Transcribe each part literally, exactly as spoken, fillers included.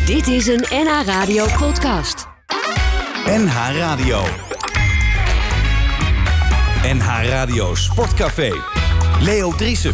Dit is een N H Radio podcast. N H Radio. N H Radio Sportcafé. Leo Driessen.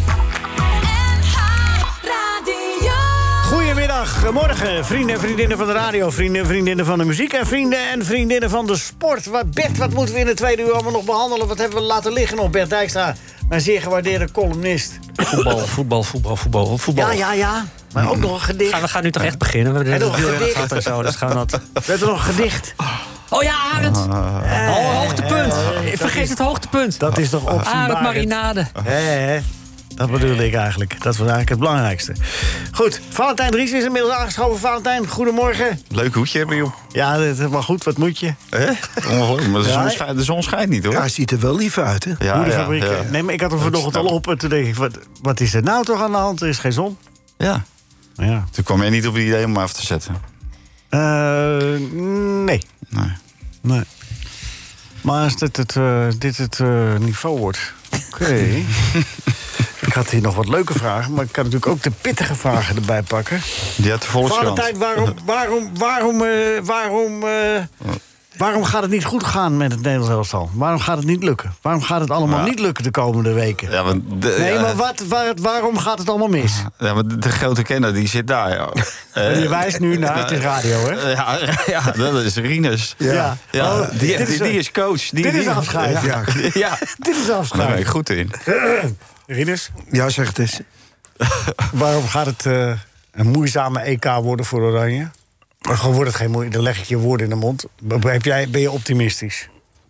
Goedemiddag, morgen, vrienden en vriendinnen van de radio, vrienden en vriendinnen van de muziek en vrienden en vriendinnen van de sport. Wat, Bert, wat moeten we in de tweede uur allemaal nog behandelen? Wat hebben we laten liggen nog, Bert Dijkstra, mijn zeer gewaardeerde columnist? Voetbal, voetbal, voetbal, voetbal, voetbal. Ja, ja, ja, maar ook nog een gedicht. Gaan, we gaan nu toch echt beginnen? We hebben nog een gedicht. gehad en zo, dus gaan we dat... We hebben nog een gedicht. Oh ja, Arend! Uh, oh, hoogtepunt. Uh, Vergeet is, het hoogtepunt. Dat is toch opzienbaar. Arend marinade. Hé, dat bedoel ik eigenlijk. Dat was eigenlijk het belangrijkste. Goed, Valentijn Dries is inmiddels aangeschoven. Valentijn, goedemorgen. Leuk hoedje hebben, joh. Ja, dat is wel goed. Wat moet je? Eh? Ongelooflijk, maar de zon, schijnt, de zon schijnt niet, hoor. Ja, hij ziet er wel lief uit, hè? Ja, Hoe de ja, fabriek. ja. Nee, maar ik had hem vanochtend al op. En toen denk ik, wat, wat is er nou toch aan de hand? Er is geen zon. Ja. Ja. Toen kwam jij niet op het idee om hem af te zetten. Uh, nee. Nee. Nee. Maar als dit het, uh, dit het uh, niveau wordt... Oké. Okay. Ik had hier nog wat leuke vragen, maar ik kan natuurlijk ook de pittige vragen erbij pakken. Die had de Volkskrant. Valentijn, waarom, waarom, waarom, uh, waarom, uh, waarom gaat het niet goed gaan met het Nederlands elftal? Waarom gaat het niet lukken? Waarom gaat het allemaal ja. niet lukken de komende weken? Ja, want de, nee, ja, maar wat, waar, waarom gaat het allemaal mis? Ja, maar de, de grote kenner, die zit daar. Ja. En je wijst nu naar het radio, hè? Ja, ja, dat is Rinus. Ja. Ja. Ja, Oh, die, dit die, is, die is coach. Die, dit is die, afscheid. Ja. Ja. Ja. Dit is afscheid. Daar ben ik goed in. Rinus? Ja, zeg het eens. Waarom gaat het uh, een moeizame E K worden voor Oranje? Maar gewoon wordt het geen moeite. Dan leg ik je woorden in de mond. Heb jij, ben je optimistisch?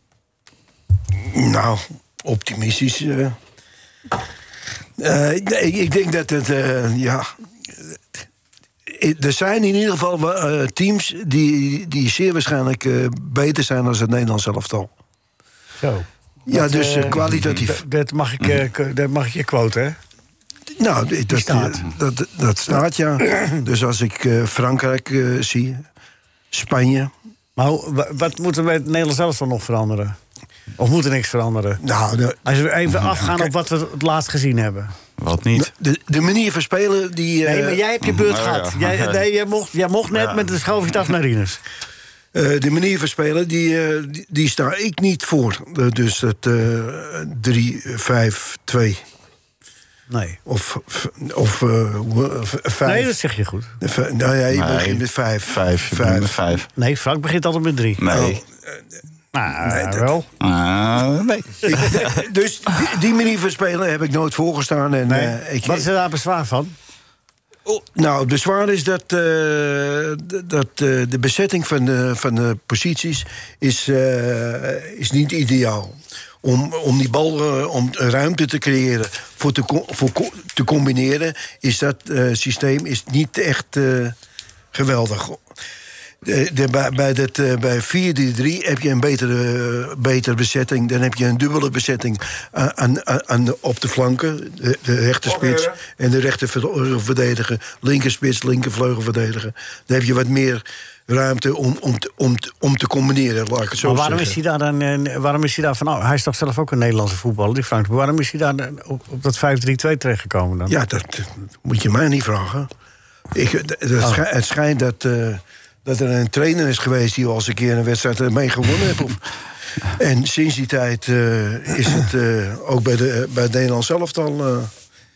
Nou, optimistisch. Uh, uh, nee, ik denk dat het, uh, ja... Er zijn in ieder geval uh, teams die, die zeer waarschijnlijk uh, beter zijn dan het Nederlands elftal. Zo. Ja, dat, dus uh, uh, kwalitatief. Dat mag ik, uh, dat mag ik je quoten, hè? Nou, dat staat. Dat, dat, dat staat, ja. Dus als ik uh, Frankrijk uh, zie, Spanje... Maar hoe, wat moet er bij het Nederlands elftal nog veranderen? Of moet er niks veranderen? Nou, de, als we even afgaan op wat we het laatst gezien hebben. Wat niet? De, de manier van spelen die... Uh, nee, maar jij hebt je beurt uh, gehad. ja. Jij, nee, jij, mocht, jij mocht net ja. met de schoof je het af naar Rinus. Uh, de manier van spelen, die, uh, die, die sta ik niet voor. Uh, dus het drie vijf twee. Nee. Of, of uh, vijf. Nee, dat zeg je goed. V, nou ja, je nee. begint met vijf. Vijf. Vijf. vijf. Nee, Frank begint altijd met drie. Nee. Oh. Nou, nee, dat... wel. Uh, nee. Ik, dus die, die manier van spelen heb ik nooit voorgestaan. En, nee. uh, ik, Wat is er daar bezwaar van? Oh, nou, het bezwaar is dat, uh, dat uh, de bezetting van de, van de posities is, uh, is niet ideaal. Om, om die bal, uh, om ruimte te creëren, voor te, voor te combineren, is dat uh, systeem is niet echt uh, geweldig. De, de, bij, bij, dat, uh, bij vier drie drie heb je een betere, betere bezetting. Dan heb je een dubbele bezetting aan, aan, aan de, op de flanken. De, de rechterspits en de rechterverdediger. Linkerspits, linkervleugelverdediger. Dan heb je wat meer ruimte om, om, te, om, om te combineren, laat ik het zo maar waarom zeggen. Is hij daar dan, waarom is hij daar van... Hij is toch zelf ook een Nederlandse voetballer, die Frank. Waarom is hij daar dan op, op dat vijf drie twee terechtgekomen dan? Ja, dat, dat moet je mij niet vragen. Ik, dat, dat oh. schijnt, het schijnt dat... Uh, dat er een trainer is geweest die al eens een keer een wedstrijd mee gewonnen heeft. Of, en sinds die tijd uh, is het uh, ook bij, de, bij het Nederlands elftal uh,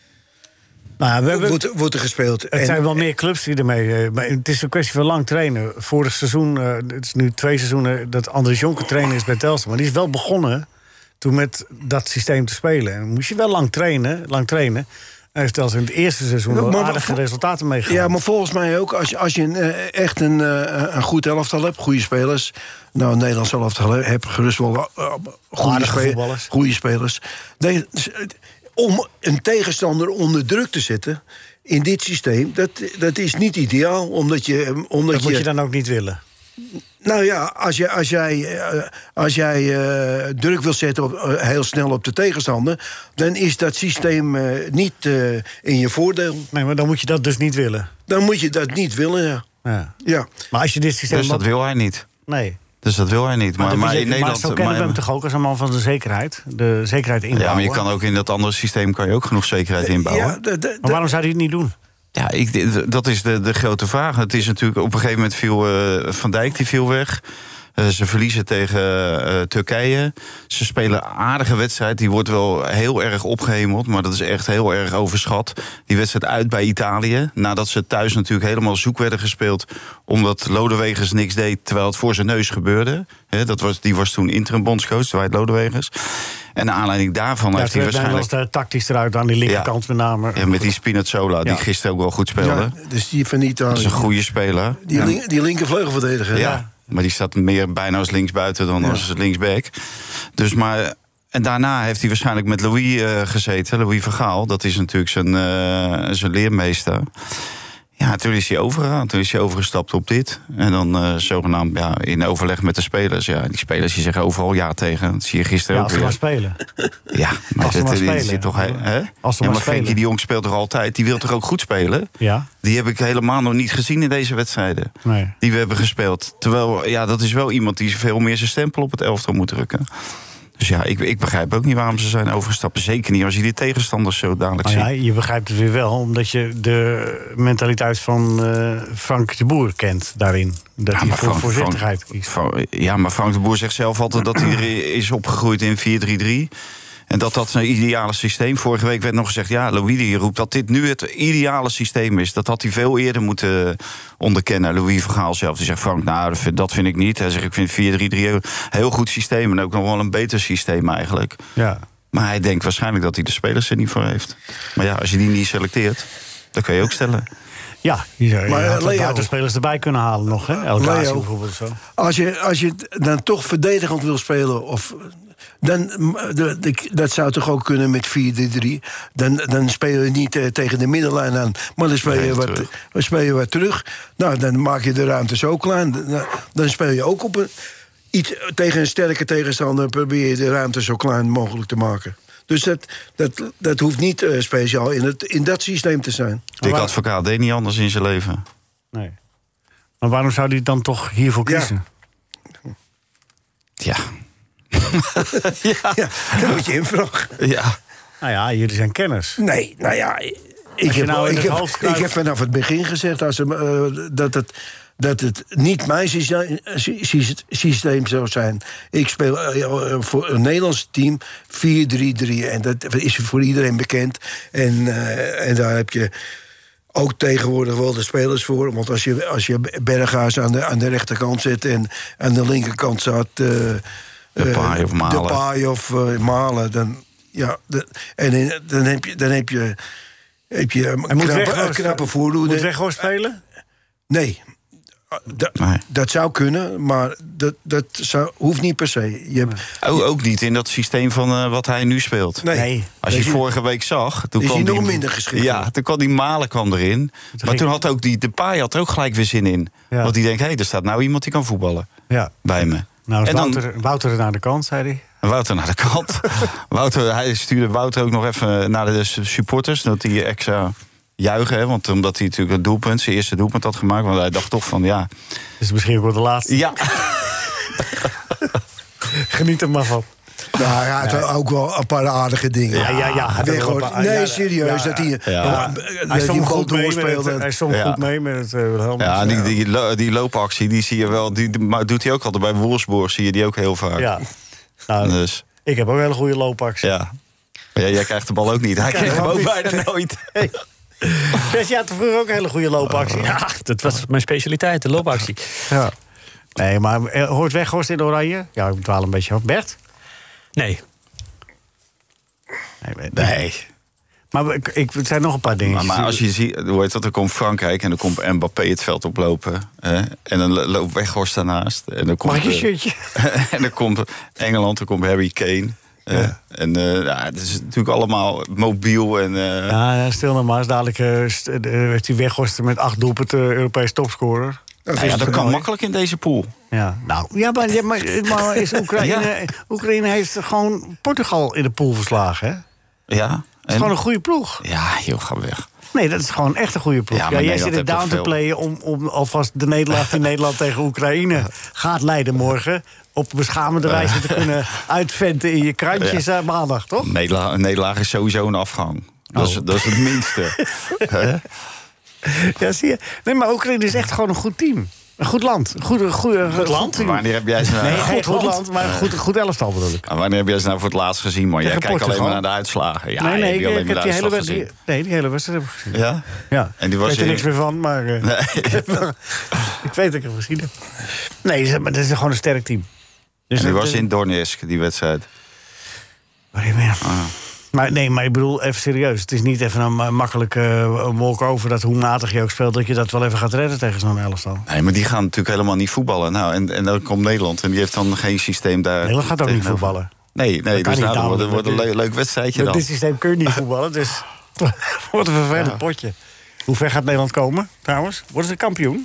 nou, we hebben, wordt, wordt er gespeeld. Het en, zijn wel meer clubs die ermee... Uh, maar het is een kwestie van lang trainen. Vorig seizoen, uh, het is nu twee seizoenen... dat Andries Jonker trainer is bij Telstar. Maar die is wel begonnen toen met dat systeem te spelen. En moest je wel lang trainen, lang trainen... Hij heeft zelfs in het eerste seizoen wel maar, aardige maar, resultaten meegemaakt. Ja, maar volgens mij ook, als je, als je een, echt een, een goed elftal hebt, goede spelers... nou, een Nederlands elftal heb gerust wel uh, goede, spe goede spelers... Nee, om een tegenstander onder druk te zetten in dit systeem... dat, dat is niet ideaal, omdat je... Omdat dat moet je, je dan ook niet willen? Nou ja, als, je, als jij, als jij uh, druk wil zetten op, uh, heel snel op de tegenstander... dan is dat systeem uh, niet uh, in je voordeel. Nee, maar dan moet je dat dus niet willen? Dan moet je dat niet willen, ja. ja. ja. Maar als je dit systeem... Dus dat wil hij niet? Nee. Dus dat wil hij niet. Maar, maar, maar, je, in Nederland, maar zo kennen we hem toch ook als een man van de zekerheid? De zekerheid inbouwen. Ja, maar je kan ook in dat andere systeem kan je ook genoeg zekerheid inbouwen. Ja, de, de, de, maar waarom zou hij het niet doen? Ja, ik, dat is de, de grote vraag. Het is natuurlijk, op een gegeven moment viel uh, Van Dijk die viel weg. Uh, ze verliezen tegen uh, Turkije. Ze spelen een aardige wedstrijd. Die wordt wel heel erg opgehemeld, maar dat is echt heel erg overschat. Die wedstrijd uit bij Italië. Nadat ze thuis natuurlijk helemaal zoek werden gespeeld, omdat Lodewegers niks deed terwijl het voor zijn neus gebeurde. He, dat was, die was toen interim bondscoach, Dwight Lodewegers. En naar aanleiding daarvan ja, heeft hij waarschijnlijk... was tactisch eruit aan die linkerkant ja, met name. Ja, met die Spinazzola, ja. die gisteren ook wel goed speelde. Ja, dus die van Italië. Dat is een goede speler. Die, ja. link, die linkervleugelverdediger. Ja. ja. Maar die staat meer bijna als linksbuiten dan ja. als linksback. Dus maar... En daarna heeft hij waarschijnlijk met Louis uh, gezeten. Louis van Gaal, dat is natuurlijk zijn, uh, zijn leermeester. Ja, toen is hij overgegaan. Toen is hij overgestapt op dit. En dan uh, zogenaamd ja, in overleg met de spelers. Ja, die spelers die zeggen overal ja tegen. Dat zie je gisteren ja, ook weer. Als ze maar spelen. Ja, maar als ze dat, maar dat, spelen. Toch, hè? Als ze ja, maar maar Frenkie de Jong speelt toch altijd? Die wil toch ook goed spelen? Ja. Die heb ik helemaal nog niet gezien in deze wedstrijden. Nee. Die we hebben gespeeld. Terwijl, ja, dat is wel iemand die veel meer zijn stempel op het elftal moet drukken. Dus ja, ik, ik begrijp ook niet waarom ze zijn overgestapt. Zeker niet als je die tegenstanders zo dadelijk oh ja, ziet. Je begrijpt het weer wel, omdat je de mentaliteit van uh, Frank de Boer kent daarin. Dat ja, hij voor Frank, voorzichtigheid Frank, kiest. Frank, ja, maar Frank de Boer zegt zelf altijd dat hij er is opgegroeid in vier drie drie. En dat dat zijn ideale systeem. Vorige week werd nog gezegd, ja, Louis die roept dat dit nu het ideale systeem is. Dat had hij veel eerder moeten onderkennen. Louis van Gaal zelf, die zegt, Frank, nou, dat vind ik niet. Hij zegt, ik vind vier drie drie een heel goed systeem. En ook nog wel een beter systeem eigenlijk. Ja. Maar hij denkt waarschijnlijk dat hij de spelers er niet voor heeft. Maar ja, als je die niet selecteert, dan kun je ook stellen. Ja, je zou maar, had Leo, buitenspelers erbij kunnen halen nog, hè? El Ghazi bijvoorbeeld zo. Als je, als je dan toch verdedigend wil spelen, of dan, de, de, dat zou toch ook kunnen met vier drie drie. Dan, dan speel je niet uh, tegen de middenlijn aan, maar dan speel je, wat, dan speel je wat terug. Nou, dan maak je de ruimte zo klein. Dan, dan speel je ook op een, iets, tegen een sterke tegenstander, probeer je de ruimte zo klein mogelijk te maken. Dus dat, dat, dat hoeft niet uh, speciaal in, het, in dat systeem te zijn. Dick Advocaat deed niet anders in zijn leven. Nee. Maar waarom zou hij dan toch hiervoor kiezen? Ja. ja. ja, dat moet je invragen. Ja. Nou ja, jullie zijn kenners. Nee, nou ja, ik heb, nou ik, heb, hoofdkruid... ik heb vanaf het begin gezegd als, uh, dat, het, dat het niet mijn systeem zou zijn. Ik speel uh, voor een Nederlands team vier drie drie. En dat is voor iedereen bekend. En, uh, en daar heb je ook tegenwoordig wel de spelers voor. Want als je, als je Berghuis aan de, aan de rechterkant zet en aan de linkerkant zat Uh, De Paai of Malen. De Paai of uh, Malen. Dan, ja, de, en in, dan heb je, dan heb je, heb je een knappe, een knappe voordoende. Moet Weghorst spelen? Nee. Dat, nee. dat zou kunnen, maar dat, dat zou, hoeft niet per se. Je hebt, ook, ook niet in dat systeem van uh, wat hij nu speelt. Nee. nee. Als je vorige week zag, toen is kwam hij nog die, minder geschikt. Ja, toen kwam die Malen kwam erin. Dat maar toen had ook die de Paai had er ook gelijk weer zin in. Ja. Want die denkt, hé, hey, er staat nou iemand die kan voetballen. Ja. Bij me. Nou, is en Wouter, dan, Wouter naar de kant, zei hij. Wouter naar de kant. Wouter, hij stuurde Wouter ook nog even naar de supporters, dat die extra juichen, hè, want omdat hij natuurlijk het doelpunt, zijn eerste doelpunt had gemaakt, want hij dacht toch van, ja... Is misschien ook wel de laatste. Ja. Geniet er maar van. Nou, hij had ja. ook wel een paar aardige dingen. Ja, ja, ja. Paar, nee, serieus. Ja, ja. Dat hij, ja. Ja. hij stond goed doorspeelde. Hij stond ja. goed mee met het uh, helemaal. Ja, die, die, die, die loopactie, die zie je wel. Die, die doet hij ook altijd bij Wolfsburg, zie je die ook heel vaak. Ja. Nou, dus. Ik heb ook een hele goede loopactie. Ja. Maar ja, jij krijgt de bal ook niet. Hij kreeg hem ook bijna nooit. Hey. Dus je had vroeger ook een hele goede loopactie. Ja, dat was mijn specialiteit, de loopactie. Ja. Nee, maar hoort Weghorst in Oranje? Ja, ik dwaal een beetje af. Bert? Nee. Nee. nee. Maar ik, ik, het zijn nog een paar dingen. Maar, maar als je ziet, hoe heet dat, dan komt Frankrijk en dan komt Mbappé het veld oplopen. Hè? En dan loopt Weghorst daarnaast. En dan komt, mag ik een shirtje? En dan komt Engeland, dan komt Harry Kane. Ja. En uh, ja, het is natuurlijk allemaal mobiel. En, uh... ja, stil nog maar eens. Dadelijk uh, heeft hij Weghorst met acht doelpunten Europees topscorer. Dat, nou ja, dat kan makkelijk in deze pool. Ja, nou, ja, maar, ja, maar, maar is Oekraïne, ja. Oekraïne heeft gewoon Portugal in de pool verslagen, hè? Ja. Het is en... gewoon een goede ploeg. Ja, joh, ga weg. Nee, dat is gewoon echt een goede ploeg. Ja, ja, jij zit er down te playen om, om alvast de nederlaag die Nederland tegen Oekraïne gaat leiden morgen op beschamende wijze te kunnen uitventen in je krantjes ja. maandag, toch? Nederlaag, nederlaag is sowieso een afgang. Dat, oh. is, dat is het minste. Ja, zie je. Nee, maar Oekraïne is echt gewoon een goed team. Een goed land. Een goed, een goede, goed land. Goed wanneer heb jij ze nou... Nee, geen goed land, maar een goed, goed elftal bedoel ik. Maar wanneer heb jij ze nou voor het laatst gezien, man? Jij Tegen kijkt alleen Portugal. maar naar de uitslagen. Ja, nee, nee, heb je ik, alleen ik maar heb de die hele uitslag wedstrijd... gezien. Nee, die hele wedstrijd heb ik gezien. Ja? Ja. En die Ik was weet er in- niks meer van, maar... Uh, Nee. ik, heb wel- ik weet dat ik hem gezien heb. Nee, maar dat is gewoon een sterk team. Dus En die dat- was in Donetsk, die wedstrijd. Waar heb je meer? Ah. Maar nee, maar ik bedoel, even serieus. Het is niet even een ma- makkelijke uh, walk over dat hoe matig je ook speelt, dat je dat wel even gaat redden tegen zo'n elftal. Nee, maar die gaan natuurlijk helemaal niet voetballen. Nou, en, en dan komt Nederland en die heeft dan geen systeem daar. Nederland gaat ook niet tegenover. voetballen. Nee, nee, kan dus niet nou, dat wordt, namelijk. wordt een leuk, leuk wedstrijdje Met dan. dit systeem kun je niet voetballen, dus wordt een vervelend Ja. potje. Hoe ver gaat Nederland komen, trouwens? Worden ze kampioen?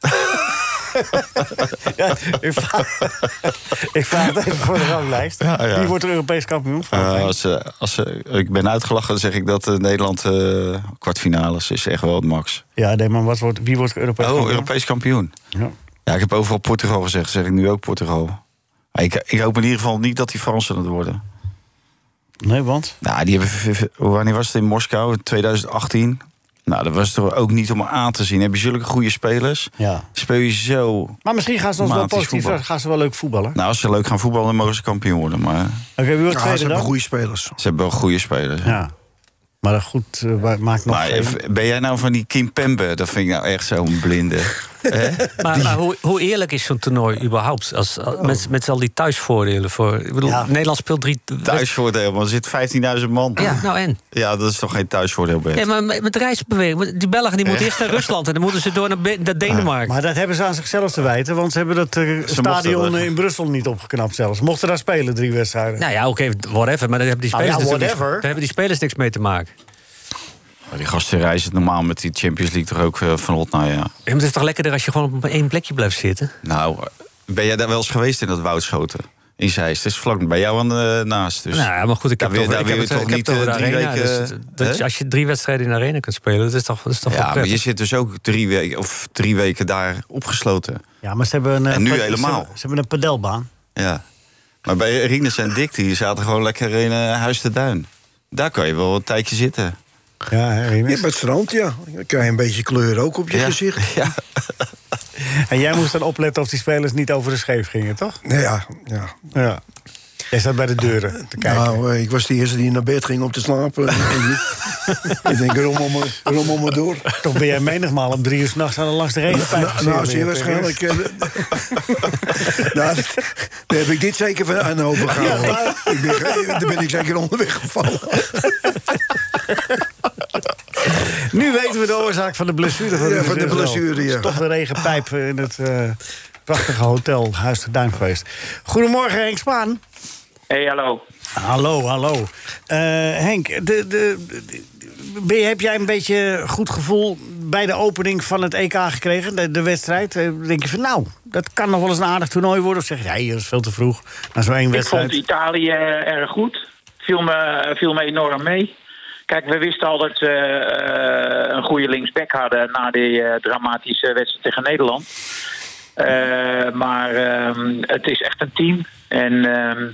ja, ik, vraag, ik vraag het even voor de ranglijst. Ja, ja. Wie wordt er Europees kampioen? Vraag Uh, ik. als, uh, als uh, ik ben uitgelachen, dan zeg ik dat uh, Nederland uh, kwartfinales is echt wel het max. Ja, nee, maar wat wordt, wie wordt Europees Oh, kampioen? Europees kampioen. Ja. Ja, ik heb overal Portugal gezegd, zeg ik nu ook Portugal. Maar ik, ik hoop in ieder geval niet dat die Fransen het worden. Nee, want? Nou, die hebben, v- v- wanneer was het in Moskou? twintig achttien. Nou, dat was toch ook niet om aan te zien. Heb je zulke goede spelers? Ja. Speel je zo... Maar misschien gaan ze ons wel Matisch positief, voetbal. gaan ze wel leuk voetballen. Nou, als ze leuk gaan voetballen, dan mogen ze kampioen worden. Maar Oké, wie wordt Ja, ze tweede hebben dan? goede spelers. ze hebben wel goede spelers. Ja. Maar dat goed, uh, maakt nog Maar geen... ben jij nou van die Kim Pembe? Dat vind ik nou echt zo'n blinde. Hè? Maar, maar hoe, hoe eerlijk is zo'n toernooi überhaupt? Als, als- met, met al die thuisvoordelen voor. Ik bedoel, Ja. Nederland speelt drie. Thuisvoordeel, maar er zit vijftienduizend man. Ja, nou en? Ja, dat is toch geen thuisvoordeel, Bert? Ja, maar met met reisbeweging. Die Belgen die moeten Ja. eerst naar Rusland en dan moeten ze door naar, Be- naar Denemarken. Maar dat hebben ze aan zichzelf te wijten, want ze hebben dat uh, stadion mochten- uh, in Brussel niet opgeknapt zelfs. Mochten daar spelen, drie wedstrijden. Nou ja, oké, whatever. Maar daar hebben die Nou spelers, ja, natuurlijk niks- whatever. daar hebben die spelers niks mee te maken. Maar die gasten reizen normaal met die Champions League toch ook uh, van hot naar ja. Ja, maar het is toch lekkerder als je gewoon op één plekje blijft zitten? Nou, ben jij daar wel eens geweest in dat Woudschoten? In Zeist. Het is vlak bij jou aan de naast. Dus. Nou ja, maar goed, ik Daar heb het wil- over, daar ik wil heb je het, toch ik heb het niet, over de uh, drie arena. weken, dus, dat hè? je- als je drie wedstrijden in de arena kunt spelen, dat is toch, dat is toch wel Ja, maar je prettig. zit dus ook drie weken, of drie weken daar opgesloten. Ja, maar ze hebben een, uh, En nu pa- helemaal. Ze, ze hebben een padelbaan. Ja. Maar bij Rinus en Dick, die zaten gewoon lekker in uh, Huis de Duin. Daar kan je wel een tijdje zitten. Ja, hè, Rinus? Ja, bij het strand, ja. Dan krijg je een beetje kleur ook op je Ja. gezicht. Ja. En jij moest dan opletten of die spelers niet over de scheef gingen, toch? Nou ja, ja. Ja. Jij staat bij de deuren te kijken. Nou, eh, ik was de eerste die naar bed ging om te slapen. Ik denk, rommel me, rommel me door. Toch ben jij menigmaal om drie uur s'nachts langs de regenpijp Nou, gezeten, nou, zeer ben je, waarschijnlijk. eh, nou, daar heb ik dit zeker van aan overgehouden. Ik ben, ge- daar ben ik zeker onderweg gevallen. Nu weten we de oorzaak van de blessure van, Ja, Rinus van de Westerlo. blessure, ja. Het is toch de regenpijp in het uh, prachtige hotel Huis de Duin geweest. Goedemorgen, Henk Spaan. Hey, hallo. Hallo, hallo. Uh, Henk, de, de, de, ben je, heb jij een beetje goed gevoel bij de opening van het E K gekregen, de, de wedstrijd? Uh, denk je van, nou, dat kan nog wel eens een aardig toernooi worden? Of zeg je, nee, dat is veel te vroeg, naar zo'n één Ik wedstrijd? vond Italië erg goed. Viel me, viel me enorm mee. Kijk, we wisten al dat we uh, een goede linksback hadden na die uh, dramatische wedstrijd tegen Nederland. Uh, maar uh, het is echt een team. En uh,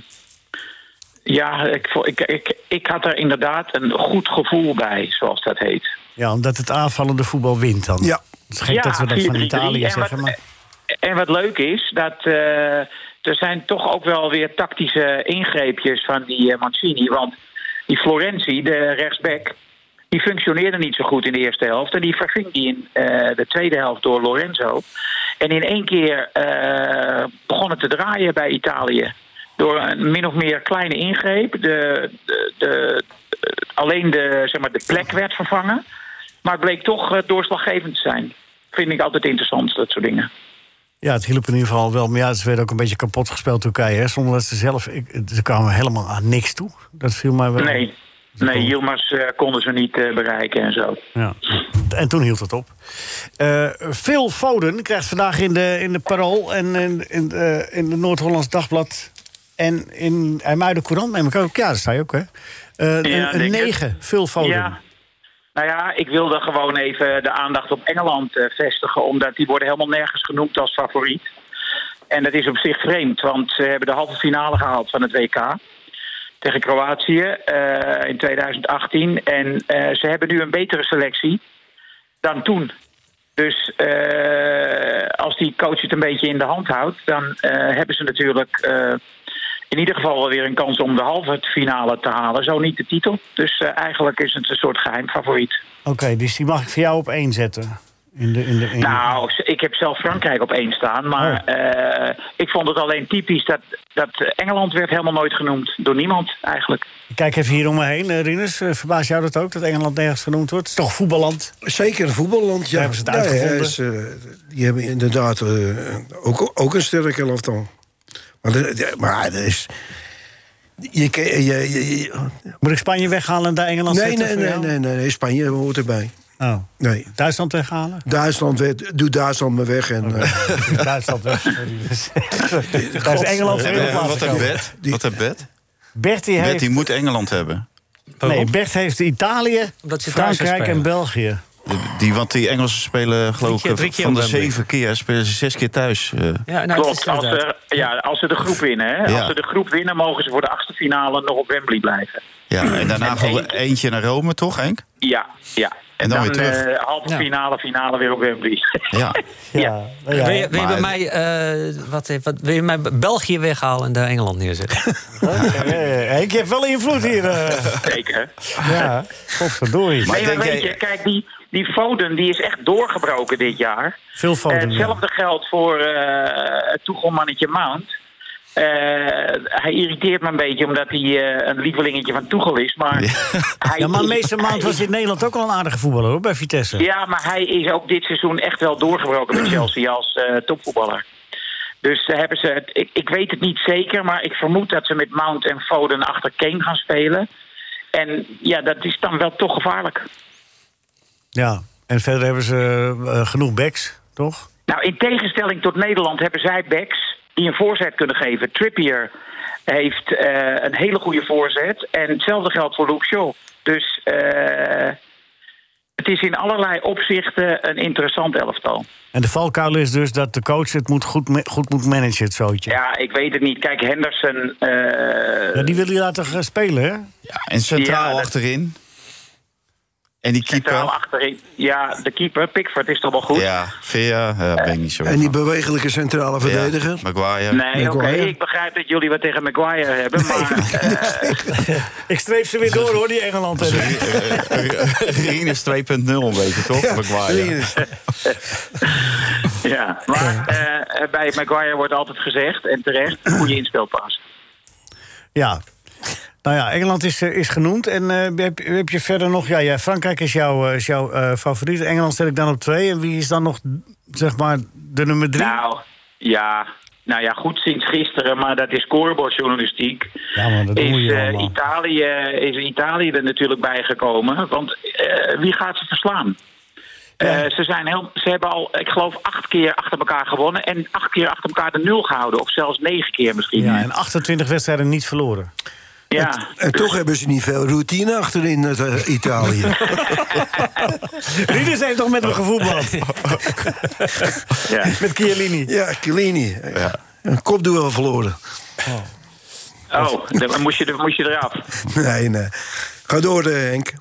ja, ik, ik, ik, ik had er inderdaad een goed gevoel bij, zoals dat heet. Ja, omdat het aanvallende voetbal wint dan. Ja. Het is gek Ja, dat we dat vier van drie Italië drie. En zeggen, wat- maar... En wat leuk is, dat uh, er zijn toch ook wel weer tactische ingreepjes van die uh, Mancini. Want die Florenzi, de rechtsback, die functioneerde niet zo goed in de eerste helft. En die verving die in uh, de tweede helft door Lorenzo. En in één keer uh, begon het te draaien bij Italië. Door een min of meer kleine ingreep. De, de, de, alleen de, zeg maar, de plek werd vervangen. Maar het bleek toch uh, doorslaggevend te zijn. Vind ik altijd interessant, dat soort dingen. Ja, het hielp in ieder geval wel. Maar ja, ze werden ook een beetje kapot gespeeld, Turkije. Hè? Zonder dat ze zelf... Ik, ze kwamen helemaal aan niks toe. Dat viel mij wel... Nee, nee Yilmaz uh, konden ze niet uh, bereiken en zo. Ja. En toen hield het op. Uh, Phil Foden krijgt vandaag in de, in de Parool... en in, in, uh, in de Noord-Hollands Dagblad... en in IJmuiden Courant, neem ik ook. Ja, dat sta je ook, hè? Uh, Ja, een een denk negen, het. Phil Foden. Ja. Nou ja, ik wilde gewoon even de aandacht op Engeland uh, vestigen... omdat die worden helemaal nergens genoemd als favoriet. En dat is op zich vreemd, want ze hebben de halve finale gehaald van het W K... tegen Kroatië uh, in twintig achttien. En uh, ze hebben nu een betere selectie. dan toen. Dus uh, als die coach het een beetje in de hand houdt, dan uh, hebben ze natuurlijk uh, in ieder geval wel weer een kans om de halve finale te halen. Zo niet de titel. Dus uh, eigenlijk is het een soort geheim favoriet. Oké, okay, dus die mag ik voor jou op één zetten. In de, in de, in nou, ik heb zelf Frankrijk op één staan. Maar oh. uh, ik vond het alleen typisch dat, dat Engeland werd helemaal nooit genoemd. Door niemand eigenlijk. Kijk even hier om me heen, uh, Rinus. Uh, verbaast jou dat ook, dat Engeland nergens genoemd wordt? Het is toch een voetballand? Zeker een voetballand, ja. Daar hebben ze het uitgevonden. Ja, is, uh, die hebben inderdaad uh, ook, ook een sterke elftal. Maar, de, maar dat is... Je, je, je, je, Moet ik Spanje weghalen en daar Engeland nee, zetten? Nee, nee, nee, nee, nee, Spanje hoort erbij. Oh. Nee. Duitsland weghalen? Duitsland, doe Duitsland maar weg. En, okay. uh... Duitsland weg. Daar is Engeland en, en, Wat een Bert? Wat een Bert? Bert die, heeft... Bert die moet Engeland hebben. Waarom? Nee, Bert heeft Italië, Frankrijk en België. Die, want die Engelsen spelen, geloof ik, van de zeven keer spelen ze zes keer thuis. Uh. Ja, nou, klopt, als ze, ja, als ze de groep winnen. Hè? Ja. Als ze de groep winnen, mogen ze voor de achtste finale nog op Wembley blijven. Ja, en daarna gaan we eentje naar Rome, toch, Henk? Ja, ja. En, en dan, dan weer terug. Uh, halve finale, finale weer op Wembley. Ja. ja. ja. Wil je, wil je maar... bij mij, uh, wat, wat, wil je mij België weghalen en daar Engeland neerzetten? Henk, je hebt wel invloed hier. Uh. Zeker. Ja, godverdorie. Maar nee, weet je, kijk, die... Die Foden die is echt doorgebroken dit jaar. Veel Foden. Uh, hetzelfde ja. geldt voor uh, het Tuchelmannetje Mount. Uh, hij irriteert me een beetje omdat hij uh, een lievelingetje van Tuchel is. Maar, ja. hij ja, maar is, Mason Mount was in Nederland ook al een aardige voetballer, hoor, bij Vitesse. Ja, maar hij is ook dit seizoen echt wel doorgebroken bij Chelsea als uh, topvoetballer. Dus uh, hebben ze het, ik, ik weet het niet zeker, maar ik vermoed dat ze met Mount en Foden achter Kane gaan spelen. En ja, dat is dan wel toch gevaarlijk. Ja, en verder hebben ze uh, genoeg backs, toch? Nou, in tegenstelling tot Nederland hebben zij backs die een voorzet kunnen geven. Trippier heeft uh, een hele goede voorzet. En hetzelfde geldt voor Luke Shaw. Dus uh, het is in allerlei opzichten een interessant elftal. En de valkuil is dus dat de coach het moet goed, me- goed moet managen, het zootje. Ja, ik weet het niet. Kijk, Henderson... Uh, ja, die wil je laten spelen, hè? Ja, en centraal ja, dat... achterin... En die keeper? Achterin. Ja, de keeper, Pickford, is toch wel goed? Ja, Vea, ja, ben ik niet zo. En die bewegelijke centrale verdediger? Ja, Maguire. Nee, oké, okay, ik begrijp dat jullie wat tegen Maguire hebben, maar... uh... ik streep ze weer door, hoor, die Engeland. Rinus twee punt nul, een beetje, toch? Ja, Maguire. ja, maar uh, bij Maguire wordt altijd gezegd, en terecht, een goede inspeelpas. Ja. Nou ja, Engeland is, is genoemd. En uh, heb, heb je verder nog... Ja, ja Frankrijk is jouw, is jouw uh, favoriet. Engeland zet ik dan op twee. En wie is dan nog, zeg maar, de nummer drie? Nou, ja... Nou ja, goed sinds gisteren, maar dat is scorebordjournalistiek. Ja, maar dat is, doe je uh, Italië, is Italië er natuurlijk bijgekomen. Want uh, wie gaat ze verslaan? Ja. Uh, ze, zijn heel, ze hebben al, ik geloof, acht keer achter elkaar gewonnen... en acht keer achter elkaar de nul gehouden. Of zelfs negen keer misschien. Ja, en achtentwintig wedstrijden niet verloren. Ja. En, en toch hebben ze niet veel routine achterin uh, Italië. Rinus heeft toch met hem gevoetbald? ja. Met Chiellini. Ja, Chiellini. Ja. Een kopduel verloren. Oh, oh dan moest je, moest je eraf. Nee, nee. Ga door, uh, Henk.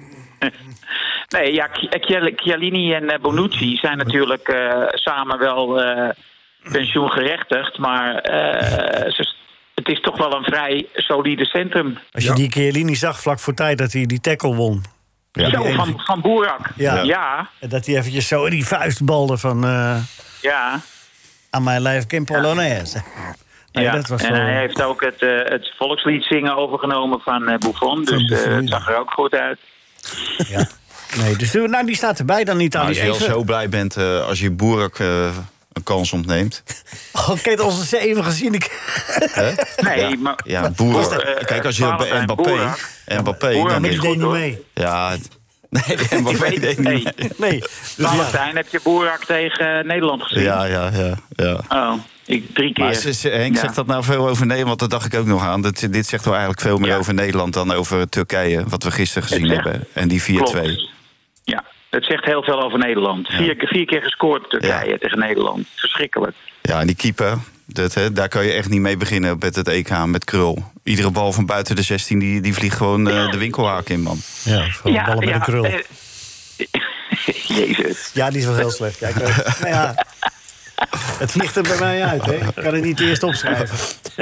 Nee, ja, Chiellini en Bonucci zijn natuurlijk uh, samen wel uh, pensioengerechtigd, maar uh, ze, het is toch wel een vrij solide centrum. Als je ja. die Chiellini zag vlak voor tijd dat hij die tackle won. Ja. Zo, van, van Boerak. Ja. ja. Dat hij eventjes zo in die vuist balde van... Uh, ja. Aan mijn lijf Kim Polonaise. Nee, ja, dat was en wel... hij heeft ook het, uh, het volkslied zingen overgenomen van uh, Buffon. Dus uh, het zag er ook goed uit. Ja. Nee, dus nou, die staat erbij dan niet aan. Nou, als je heel zo blij bent uh, als je Boerak uh, een kans ontneemt. Oh, ik heb onze even gezien. Ik... Nee, ja, maar... Ja, Boerak. Uh, Kijk, als je bij Mbappé... Mbappé... Ja, dan maar die deed niet mee. Ja, nee, Mbappé deed niet mee. Nee. Dus Valentijn, ja. Heb je Boerak tegen Nederland gezien? Ja, ja, ja. ja. Oh, ik, drie keer. Maar ze, Henk ja. zegt dat nou veel over Nederland, dat dacht ik ook nog aan. Dat, dit zegt wel eigenlijk veel meer ja. over Nederland dan over Turkije, wat we gisteren gezien zegt, hebben. En die vier twee. Klopt. Ja, het zegt heel veel over Nederland. Ja. Vier, vier keer gescoord Turkije ja. tegen Nederland. Verschrikkelijk. Ja, en die keeper, dat, hè, daar kan je echt niet mee beginnen met het E K, met Krul. Iedere bal van buiten de zestien, die, die vliegt gewoon uh, de winkelhaak in, man. Ja, van ja, ballen met ja, een Krul. Uh, Jezus. Ja, die is wel heel slecht. Ja, ik weet het. Nou ja, het vliegt er bij mij uit, hè. Ik kan het niet eerst opschrijven.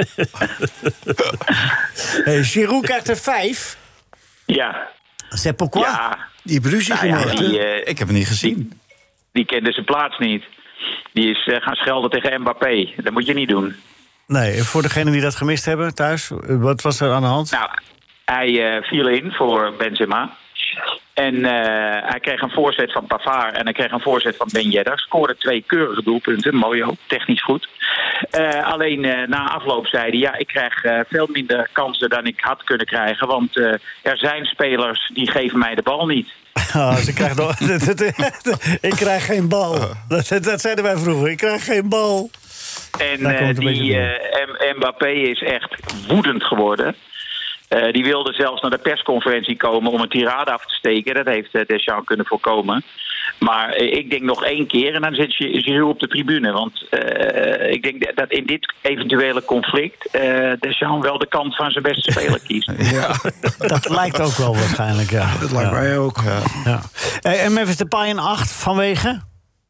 Hey, Giroud krijgt er vijf. Ja. C'est pourquoi? Ja. Die Bruzie Nou ja, gemaakt, die, hè? eh, Ik heb het niet gezien. die kende zijn plaats niet. Die is eh, gaan schelden tegen Mbappé. Dat moet je niet doen. Nee, voor degenen die dat gemist hebben thuis, wat was er aan de hand? Nou, hij eh, viel in voor Benzema. En uh, hij kreeg een voorzet van Pavard en hij kreeg een voorzet van Ben Yedder. Scoorde twee keurige doelpunten, mooi ook, technisch goed. Uh, alleen uh, na afloop zei hij, ja, ik krijg uh, veel minder kansen dan ik had kunnen krijgen. Want uh, er zijn spelers die geven mij de bal niet. Oh, ze krijgt nog, ik krijg geen bal. Dat, dat zeiden wij vroeger, ik krijg geen bal. En uh, die uh, Mbappé is echt woedend geworden. Uh, die wilde zelfs naar de persconferentie komen om een tirade af te steken. Dat heeft uh, Deschamps kunnen voorkomen. Maar uh, ik denk nog één keer en dan zit je Giroud op de tribune. Want uh, ik denk dat in dit eventuele conflict uh, Deschamps wel de kant van zijn beste speler kiest. Ja, Dat lijkt ook wel waarschijnlijk, ja. dat lijkt ja. mij ook. Ja. Ja. Hey, en Memphis Depay in acht vanwege?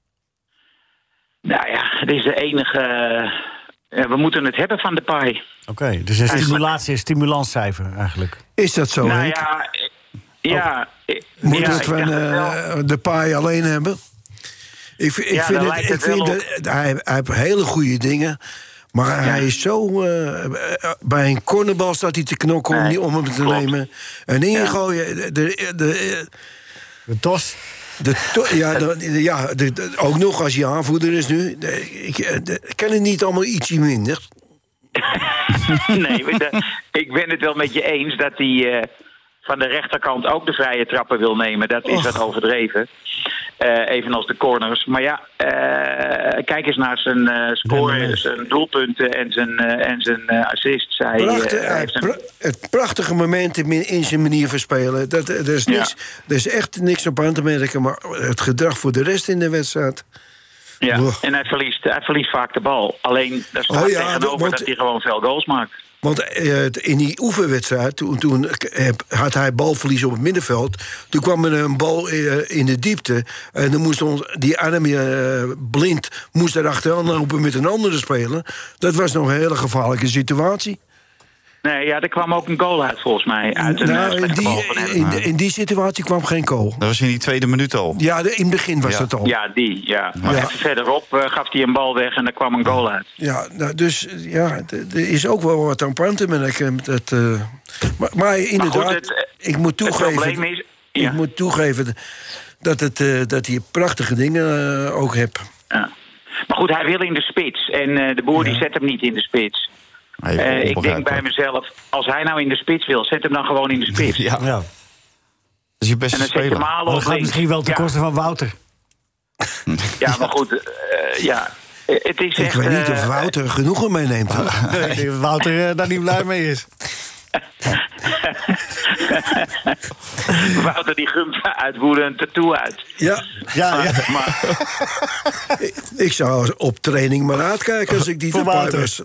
Nou ja, het is de enige... Uh, we moeten het hebben van Depay. Oké, okay, dus een stimulatie, een stimulanscijfer eigenlijk. Is dat zo, Nou Henk? ja... Ja, Moet ja, het ik van dacht het uh, wel. de paai alleen hebben? Ik, ik Ja, vind daar het, lijkt ik het wel vind op. dat, hij, hij heeft hele goede dingen. Maar hij is zo... Uh, bij een cornerbal staat hij te knokken om, Nee, die, om hem te klopt. nemen. En ingooien... De, de, de, De tos? de, to- ja, de, de- ja de, de- ook nog als hij aanvoerder is nu. De, ik de, kan het niet allemaal ietsje minder? Nee, maar de- ik ben het wel met je eens dat hij uh, van de rechterkant ook de vrije trappen wil nemen. Dat is Och. wat overdreven. Uh, evenals de corners. Maar ja, uh, kijk eens naar zijn uh, score, zijn doelpunten en zijn, uh, en zijn uh, assists. Hij, uh, Prachtig, hij heeft een- pra- het prachtige moment in, in zijn manier van spelen. Dat, er, is niks, er is echt niks op aan te merken. Maar het gedrag voor de rest in de wedstrijd... ja, Wow. en hij verliest, hij verliest vaak de bal. Alleen, daar staat Oh ja, tegenover want- dat hij gewoon veel goals maakt. Want uh, in die oefenwedstrijd, toen, toen uh, had hij balverlies op het middenveld. Toen kwam er een bal uh, in de diepte. En dan moest ons, die arm uh, blind moest daar achteraan lopen met een andere speler. Dat was nog een hele gevaarlijke situatie. Nee, ja, er kwam ook een goal uit volgens mij. Uit een Nou, uh, in, slechte bal die, van hem. in, in die situatie kwam geen goal. Dat was in die tweede minuut al. Ja, de, in het begin was Ja. dat al. Ja, die, ja. Maar Ja. even verderop uh, gaf hij een bal weg en er kwam een goal uit. Ja, nou, dus ja, d- er is ook wel wat aan aan te merken. Dat, uh, maar, maar inderdaad, goed, het, uh, ik moet Het toegeven... probleem is... Ja, Ik moet toegeven dat, het, uh, dat hij prachtige dingen uh, ook heeft. ja. Maar goed, hij wil in de spits. En uh, de boer die zet hem niet in de spits. Nee, Uh, ik denk onbegrijpelijk. bij mezelf, als hij nou in de spits wil, zet hem dan gewoon in de spits. Ja, Ja. dat is je beste En dan zet je speler. Malen Maar dat op gaat links. misschien wel ten Ja. koste van Wouter. Ja, maar goed, uh, ja. Uh, het is Ik echt, weet niet uh, of Wouter genoegen meeneemt. Ik denk dat Wouter uh, daar niet blij mee is. Wouter die gumt uit woede een tattoo uit. Ja, Ja, ja. Maar ik zou op training maar uitkijken als ik die Voor erbij Wouter. was.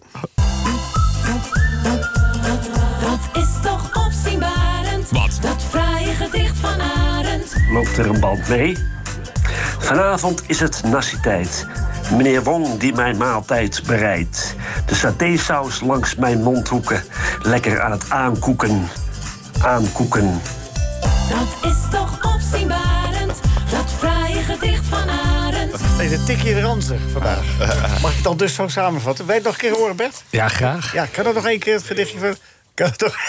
Dat is toch opzienbarend. Wat? Dat fraaie gedicht van Arend. Loopt er een band mee? Vanavond is het nasi-tijd. Meneer Wong die mijn maaltijd bereidt. De satésaus langs mijn mondhoeken. Lekker aan het aankoeken. Aankoeken. Dat is toch opzienbarend. Dat fraaie gedicht van Arend. Deze tikje ranzig vandaag. Mag ik het dan dus zo samenvatten? Weet je nog een keer horen, Bert? Ja, graag. Ja, kan dat nog één keer het gedichtje van... Kan het toch...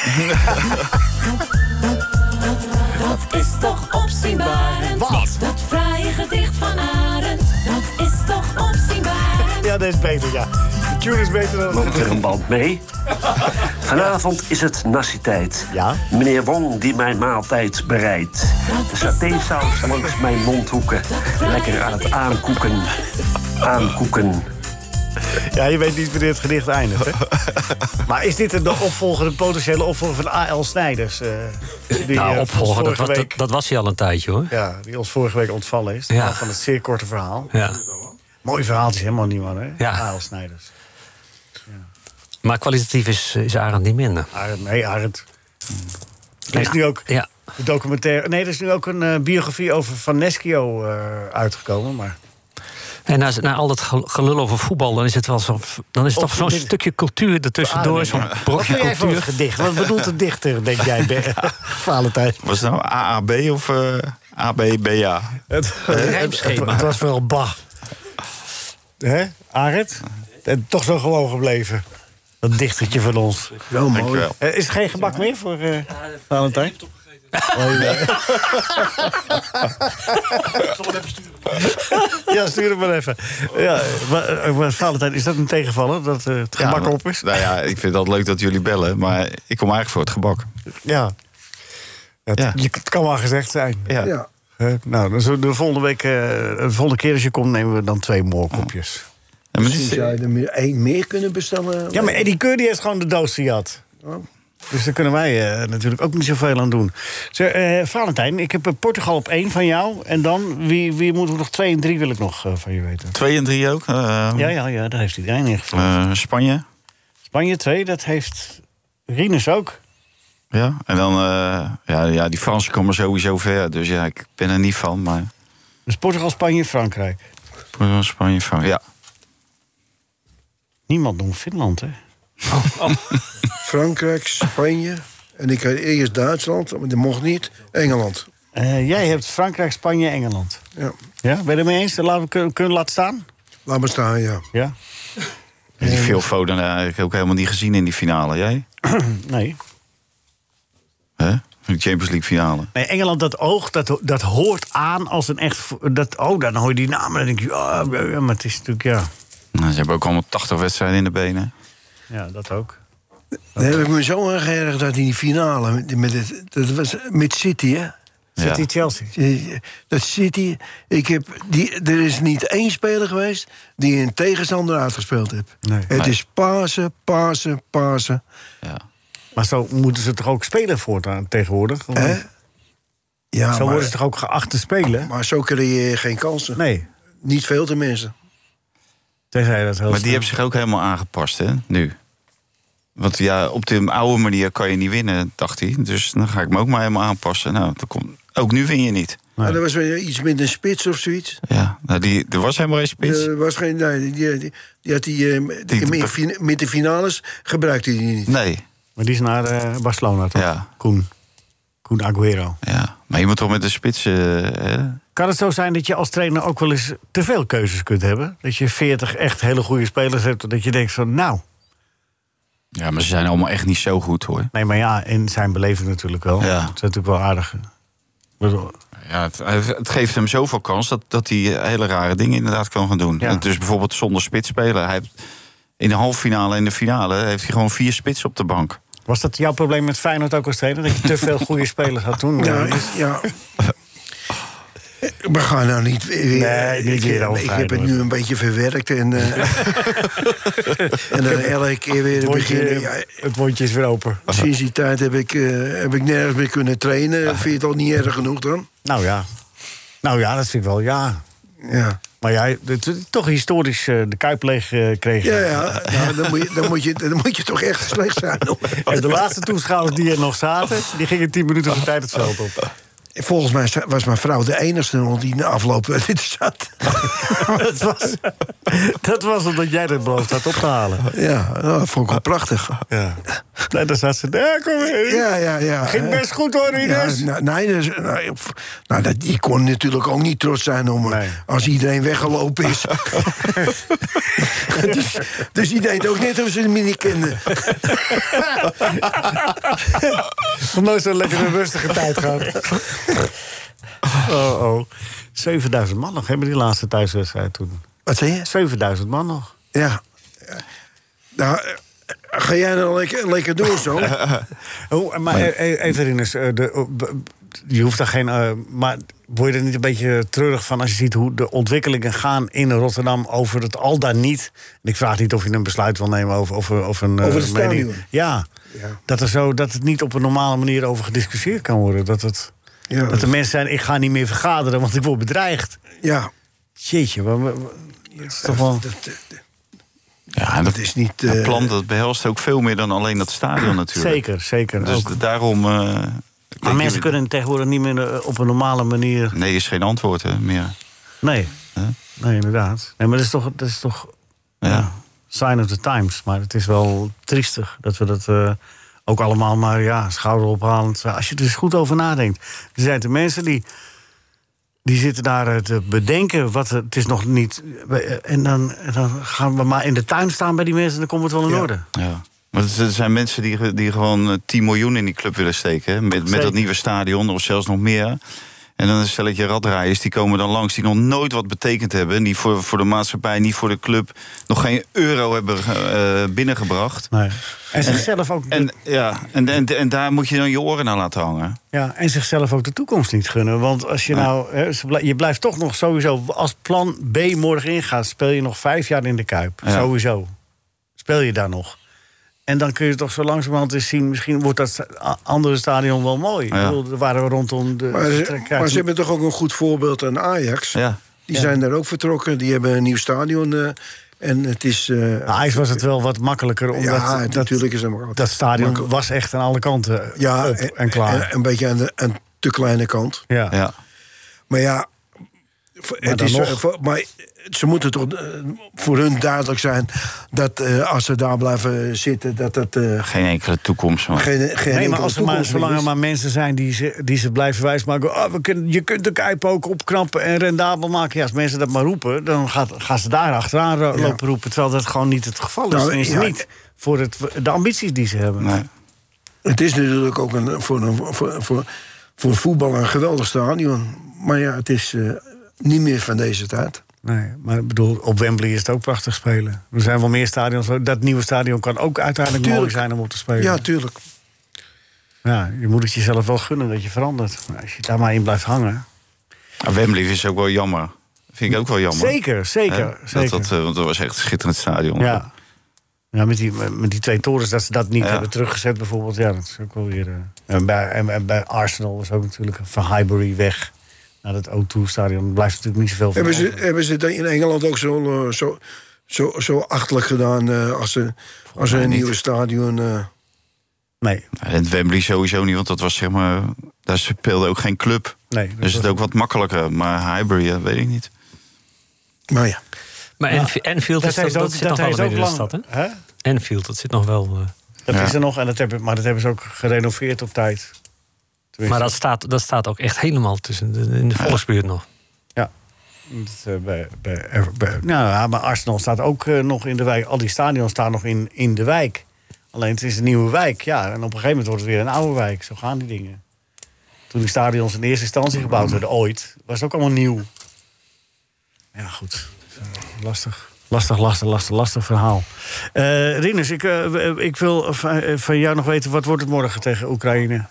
Dat is toch opzienbarend. Wat? Dat fraaie gedicht van Arend. Dat is toch opzienbarend. Ja, dat is beter, ja. De tune is beter dan... Loopt er een band mee? Vanavond is het nasi-tijd. Ja? Meneer Wong die mijn maaltijd bereidt. De satésaus langs mijn mondhoeken. Lekker aan het aankoeken. Aankoeken. Ja, je weet niet wanneer het gedicht eindigt, hè? Maar is dit de opvolger, de potentiële opvolger van A L Snijders? Uh, die, Nou, uh, opvolger, ons dat, vorige dat, week, dat was hij al een tijdje, hoor. ja, die ons vorige week ontvallen is. Ja. Van het zeer korte verhaal. Ja. Mooi verhaaltje, helemaal niet, man, hè? Ja. A L Snijders. Maar kwalitatief is, is Arend niet minder. Arend, nee, Arend. Hij is nu ook Ja. De documentaire. Nee, er is nu ook een uh, biografie over Van Neschio uh, uitgekomen. Maar... En na, na al dat gelul over voetbal, dan is het wel zo. Dan is het toch zo'n dit... stukje cultuur ertussendoor. Zo'n brokje cultuur. cultuur. Het gedicht? Wat bedoelt de dichter, denk jij, Valentijn? Was het nou A A B of uh, A B B A? Het, het, het, het was wel bah. Hè, Arend? En toch zo gewoon gebleven. Dat dichtertje van ons. Wel mooi. Uh, is er geen gebak meer voor uh, Valentijn? Oh, ja. Ja, stuur hem maar even. Ja, maar, maar Valentijn, is dat een tegenvaller dat uh, het gebak ja, op is? Nou ja, ik vind het leuk dat jullie bellen, maar ik kom eigenlijk voor het gebak. Ja. Het, ja. Je, het kan wel gezegd zijn. Ja. ja. Uh, nou, dan zullen we de volgende week, uh, de volgende keer als je komt, nemen we dan twee moorkopjes. Ja, misschien zou je er één meer kunnen bestellen. Ja, maar Eddie Keur die heeft gewoon de doos gehad. Oh. Dus daar kunnen wij uh, natuurlijk ook niet zoveel aan doen. Zo, uh, Valentijn, ik heb Portugal op één van jou. En dan, wie, wie moeten we nog twee en drie wil ik nog uh, van je weten. Twee en drie ook? Uh, ja, ja, ja, daar heeft iedereen in gevallen. Uh, Spanje. Spanje twee, dat heeft Rinus ook. Ja, en dan, uh, ja, ja, die Fransen komen sowieso ver. Dus ja, ik ben er niet van, maar... Dus Portugal, Spanje, Frankrijk. Portugal, Spanje, Frankrijk, ja. Niemand noemt Finland, hè? Oh, oh. Frankrijk, Spanje. En ik had eerst Duitsland, maar dat mocht niet. Engeland. Uh, jij hebt Frankrijk, Spanje, Engeland. Ja. Ja, ben je het mee eens? Laten we kunnen, kunnen laten staan? Laat maar staan, ja. Ja? Die Phil Foden heb ik ook helemaal niet gezien in die finale. Jij? Nee. Hè? De Champions League finale. Nee, Engeland, dat oog, dat, dat hoort aan als een echt... Dat, oh, dan hoor je die namen en dan denk je... Oh, ja, maar het is natuurlijk, ja... Nou, ze hebben ook allemaal tachtig wedstrijden in de benen. Ja, dat ook. Dan heb ik me zo erg erg dat in die finale... Met, met, het, dat was met City, hè? City-Chelsea. Ja. Dat City... Ik heb die, er is niet één speler geweest... die een tegenstander uitgespeeld heeft. Nee. Het nee. is pasen, pasen, pasen. Ja. Maar zo moeten ze toch ook spelen voortaan tegenwoordig? Hè? Ja, zo maar, worden ze toch ook geacht te spelen? Maar zo creëer je geen kansen. Nee. Niet veel tenminste. Tenzij dat heel Maar die hebben zich ook helemaal aangepast, hè, nu. Want ja, op de oude manier kan je niet winnen, dacht hij. Dus dan ga ik me ook maar helemaal aanpassen. Nou, dat komt, ook nu win je niet. Nee. Maar er was weer iets met een spits of zoiets. Ja, nou die, er was helemaal geen spits. Er was geen, nee, die, die, die had die, uh, die, die met de finales gebruikte hij die niet. Nee. Maar die is naar uh, Barcelona, toch? Ja. Koen. Koen Agüero. Ja, maar je moet toch met de spits... Uh, kan het zo zijn dat je als trainer ook wel eens te veel keuzes kunt hebben? Dat je veertig echt hele goede spelers hebt... dat je denkt van, nou... Ja, maar ze zijn allemaal echt niet zo goed, hoor. Nee, maar ja, in zijn beleving natuurlijk wel. Ja. Het is natuurlijk wel aardig. Ja, het, het geeft hem zoveel kans dat, dat hij hele rare dingen inderdaad kan gaan doen. Ja. Dus bijvoorbeeld zonder spits spelen. Hij heeft, in de halve finale en de finale heeft hij gewoon vier spitsen op de bank. Was dat jouw probleem met Feyenoord ook als trainer? Dat je te veel goede spelers had toen? Ja, ja. We gaan nou niet weer... Nee, niet weer ik, ik heb het nu een beetje verwerkt en... Uh, en dan elke keer weer beginnen. Ja, het wondje is weer open. Sinds die tijd heb ik, uh, heb ik nergens meer kunnen trainen. Vind je het al niet erg genoeg dan? Nou ja. Nou ja, dat vind ik wel, ja. Ja. Maar jij, toch historisch uh, de Kuip leeg uh, kreeg. Ja, ja. Nou, dan, moet je, dan, moet je, dan moet je toch echt slecht zijn. En de laatste toeschouwers die er nog zaten... die gingen tien minuten voor tijd het veld op. Volgens mij was mijn vrouw de enigste nog die na afloop dit zat. dat, was, dat was omdat jij het beloofd had op te halen. Ja, dat vond ik wel prachtig. Ja. Nee, dan zat ze... Ja, kom weer. Ja, ja, ja. Ging best goed hoor, Ines. Ja, nou, nee, dus, nou, nou, dat, die kon natuurlijk ook niet trots zijn om, nee. als iedereen weggelopen is. dus, dus die deed ook net of ze hem niet kenden. Nooit zo'n lekkere rustige tijd gehad. Oh, oh. zevenduizend man nog, hebben die laatste thuiswedstrijd toen. Wat zei je? zevenduizend man nog. Ja. Nou, ga jij nou lekker, lekker door zo? oh, maar even, Rinus, de, je hoeft daar geen... Uh, maar word je er niet een beetje treurig van als je ziet hoe de ontwikkelingen gaan in Rotterdam over het al dan niet? En ik vraag niet of je een besluit wil nemen over, over, over een... Over het uh, mening. stadion? Ja. Ja. Dat, er zo, dat het niet op een normale manier over gediscussieerd kan worden. Dat, het, ja, dat de mensen zijn, ik ga niet meer vergaderen, want ik word bedreigd. Ja. Jeetje, maar, maar, dat is toch wel... Ja, en dat, dat is niet... Uh... Het plan dat behelst ook veel meer dan alleen dat stadion natuurlijk. Zeker, zeker. Dus ook. daarom uh, Maar mensen kunnen tegenwoordig niet meer op een normale manier... Nee, is geen antwoord hè, meer. Nee, huh? nee inderdaad. Nee, maar dat is toch, dat is toch ja. Ja, sign of the times. Maar het is wel triestig dat we dat uh, ook allemaal maar ja, schouderophalend... Als je er eens goed over nadenkt. Er zijn de mensen die... Die zitten daar te bedenken, wat het is nog niet... En dan, dan gaan we maar in de tuin staan bij die mensen... en dan komt het wel in ja. orde. Ja. Maar er zijn mensen die, die gewoon tien miljoen in die club willen steken. Hè? Met, met dat nieuwe stadion, of zelfs nog meer. En dan een stelletje raddraaiers, die komen dan langs... die nog nooit wat betekend hebben. En die voor, voor de maatschappij, niet voor de club... nog geen euro hebben uh, binnengebracht. Nee. En zichzelf ook... En, ja, en, en, en daar moet je dan je oren naar laten hangen. Ja, en zichzelf ook de toekomst niet gunnen. Want als je nou... Hè, je blijft toch nog sowieso... Als plan B morgen ingaat, speel je nog vijf jaar in de Kuip. Ja. Sowieso. Speel je daar nog. En dan kun je toch zo langzamerhand eens zien... misschien wordt dat andere stadion wel mooi. Ja. Ik bedoel, er waren we rondom de... Maar ze, maar ze hebben toch ook een goed voorbeeld aan Ajax? Ja. Die ja. zijn daar ook vertrokken. Die hebben een nieuw stadion... Uh, en het is... Uh, Ajax was het wel wat makkelijker. Omdat ja, dat, natuurlijk is het makkelijk. Dat stadion makkelijk. was echt aan alle kanten ja, op en, en klaar. En, een beetje aan de aan te kleine kant. Ja. ja. Maar ja... Maar het is, nog... maar ze moeten toch uh, voor hun duidelijk zijn... dat uh, als ze daar blijven zitten... dat het uh, geen enkele toekomst. Maar. Geen, geen nee, maar als er maar, zolang er maar mensen zijn die ze, die ze blijven wijsmaken... Oh, we kunnen, je kunt de Kuip ook opknappen en rendabel maken. Ja, als mensen dat maar roepen, dan gaat, gaan ze daar achteraan ja. lopen roepen... terwijl dat gewoon niet het geval is. Nou, Tenminste ja. niet voor het, de ambities die ze hebben. Nee. Het is natuurlijk ook een, voor, een, voor, voor, voor voetbal een geweldig stadion. Maar ja, het is... Uh, niet meer van deze tijd. Nee, maar ik bedoel, op Wembley is het ook prachtig spelen. Er zijn wel meer stadions. Dat nieuwe stadion kan ook uiteindelijk tuurlijk. mooi zijn om op te spelen. Ja, tuurlijk. Ja, je moet het jezelf wel gunnen dat je verandert. Maar als je daar maar in blijft hangen... Ja, Wembley is ook wel jammer. Vind ik ook wel jammer. Zeker, zeker. He? zeker. Dat, dat, want dat was echt een schitterend stadion. Ja, ja met, die, met die twee torens dat ze dat niet ja. hebben teruggezet bijvoorbeeld. Ja, dat is ook wel weer... Uh, en, bij, en, en bij Arsenal was ook natuurlijk van Highbury weg... naar het O twee stadion blijft natuurlijk niet zoveel van. Hebben ze, hebben ze in Engeland ook zo, zo, zo, zo achterlijk gedaan... Uh, als ze, als ze een niet. nieuwe stadion... Uh... Nee. En Wembley sowieso niet, want dat was zeg maar... daar speelde ook geen club. Nee, dus het is ook wat makkelijker. Maar Highbury, dat weet ik niet. Maar ja. Maar ja. Anfield, dat, dat, dat, dat zit dat nog wel in de lang, stad, hè? hè? Anfield, dat zit nog wel... Uh... Dat ja. is er nog, en dat hebben, maar dat hebben ze ook gerenoveerd op tijd. Maar dat staat, dat staat ook echt helemaal tussen de, in de volksbuurt nog. Ja. Dat, uh, bij, bij, bij, nou, maar Arsenal staat ook uh, nog in de wijk. Al die stadions staan nog in, in de wijk. Alleen het is een nieuwe wijk. Ja, en op een gegeven moment wordt het weer een oude wijk. Zo gaan die dingen. Toen die stadions in eerste instantie gebouwd werden, ooit, was het ook allemaal nieuw. Ja, goed. Lastig. Lastig, lastig, lastig, lastig verhaal. Uh, Rinus, ik, uh, ik wil van jou nog weten, wat wordt het morgen tegen Oekraïne?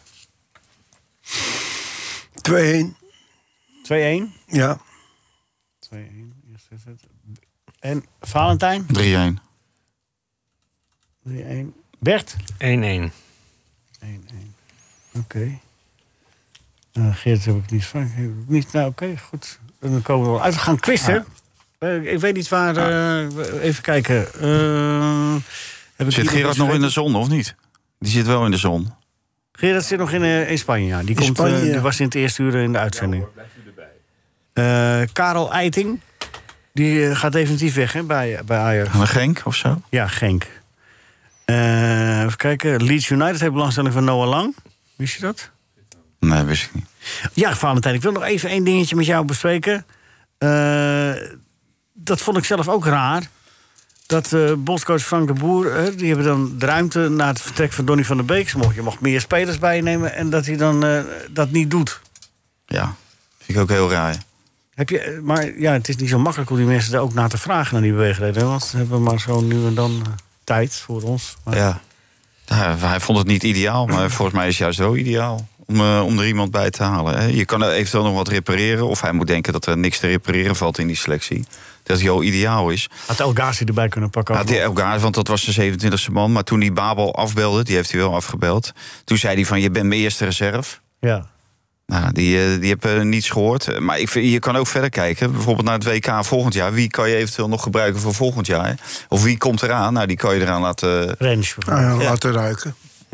twee-een. twee-een? Ja. twee-een. En Valentijn? drie-een. drie-een. Bert? één-één. één-één. Oké. Okay. Uh, Geert heb ik niet van. Niet, nou, oké, okay, goed. Dan komen we wel uit. We gaan quizzen. Ah. Uh, ik weet niet waar... Uh, even kijken. Uh, heb zit Gerard nog in de zon, of niet? Die zit wel in de zon. Gerard zit nog in, uh, in Spanje, ja. Die, komt, Spanje, uh, die was in het eerste uur in de uitzending. Ja, uh, Karel Eiting, die uh, gaat definitief weg, hè, bij, bij Ajax. Een Genk, of zo? Ja, Genk. Uh, even kijken. Leeds United heeft belangstelling van Noah Lang. Wist je dat? Nee, wist ik niet. Ja, Valentijn, ik wil nog even één dingetje met jou bespreken. Uh, dat vond ik zelf ook raar. Dat uh, bondscoach Frank de Boer, uh, die hebben dan de ruimte na het vertrek van Donny van der Beek. Je mag meer spelers bij je nemen en dat hij dan uh, dat niet doet. Ja, vind ik ook heel raar. Heb je, maar ja, het is niet zo makkelijk om die mensen daar ook naar te vragen, naar die beweegreden. Want ze hebben maar zo nu en dan uh, tijd voor ons. Maar... Ja. ja, hij vond het niet ideaal, maar volgens mij is het juist zo ideaal. Om, uh, om er iemand bij te halen. Hè. Je kan er eventueel nog wat repareren. Of hij moet denken dat er niks te repareren valt in die selectie. Dat hij al ideaal is. Had El Ghazi erbij kunnen pakken? Had hij El Ghazi, want dat was de zevenentwintigste man. Maar toen die Babel afbelde, die heeft hij wel afgebeld. Toen zei hij van, je bent mijn eerste reserve. Ja. Nou, die, die heb uh, niets gehoord. Maar ik vind, je kan ook verder kijken. Bijvoorbeeld naar het W K volgend jaar. Wie kan je eventueel nog gebruiken voor volgend jaar? Of wie komt eraan? Nou, die kan je eraan laten... Rens. Ah, ja, ja. Laten ruiken. Ja.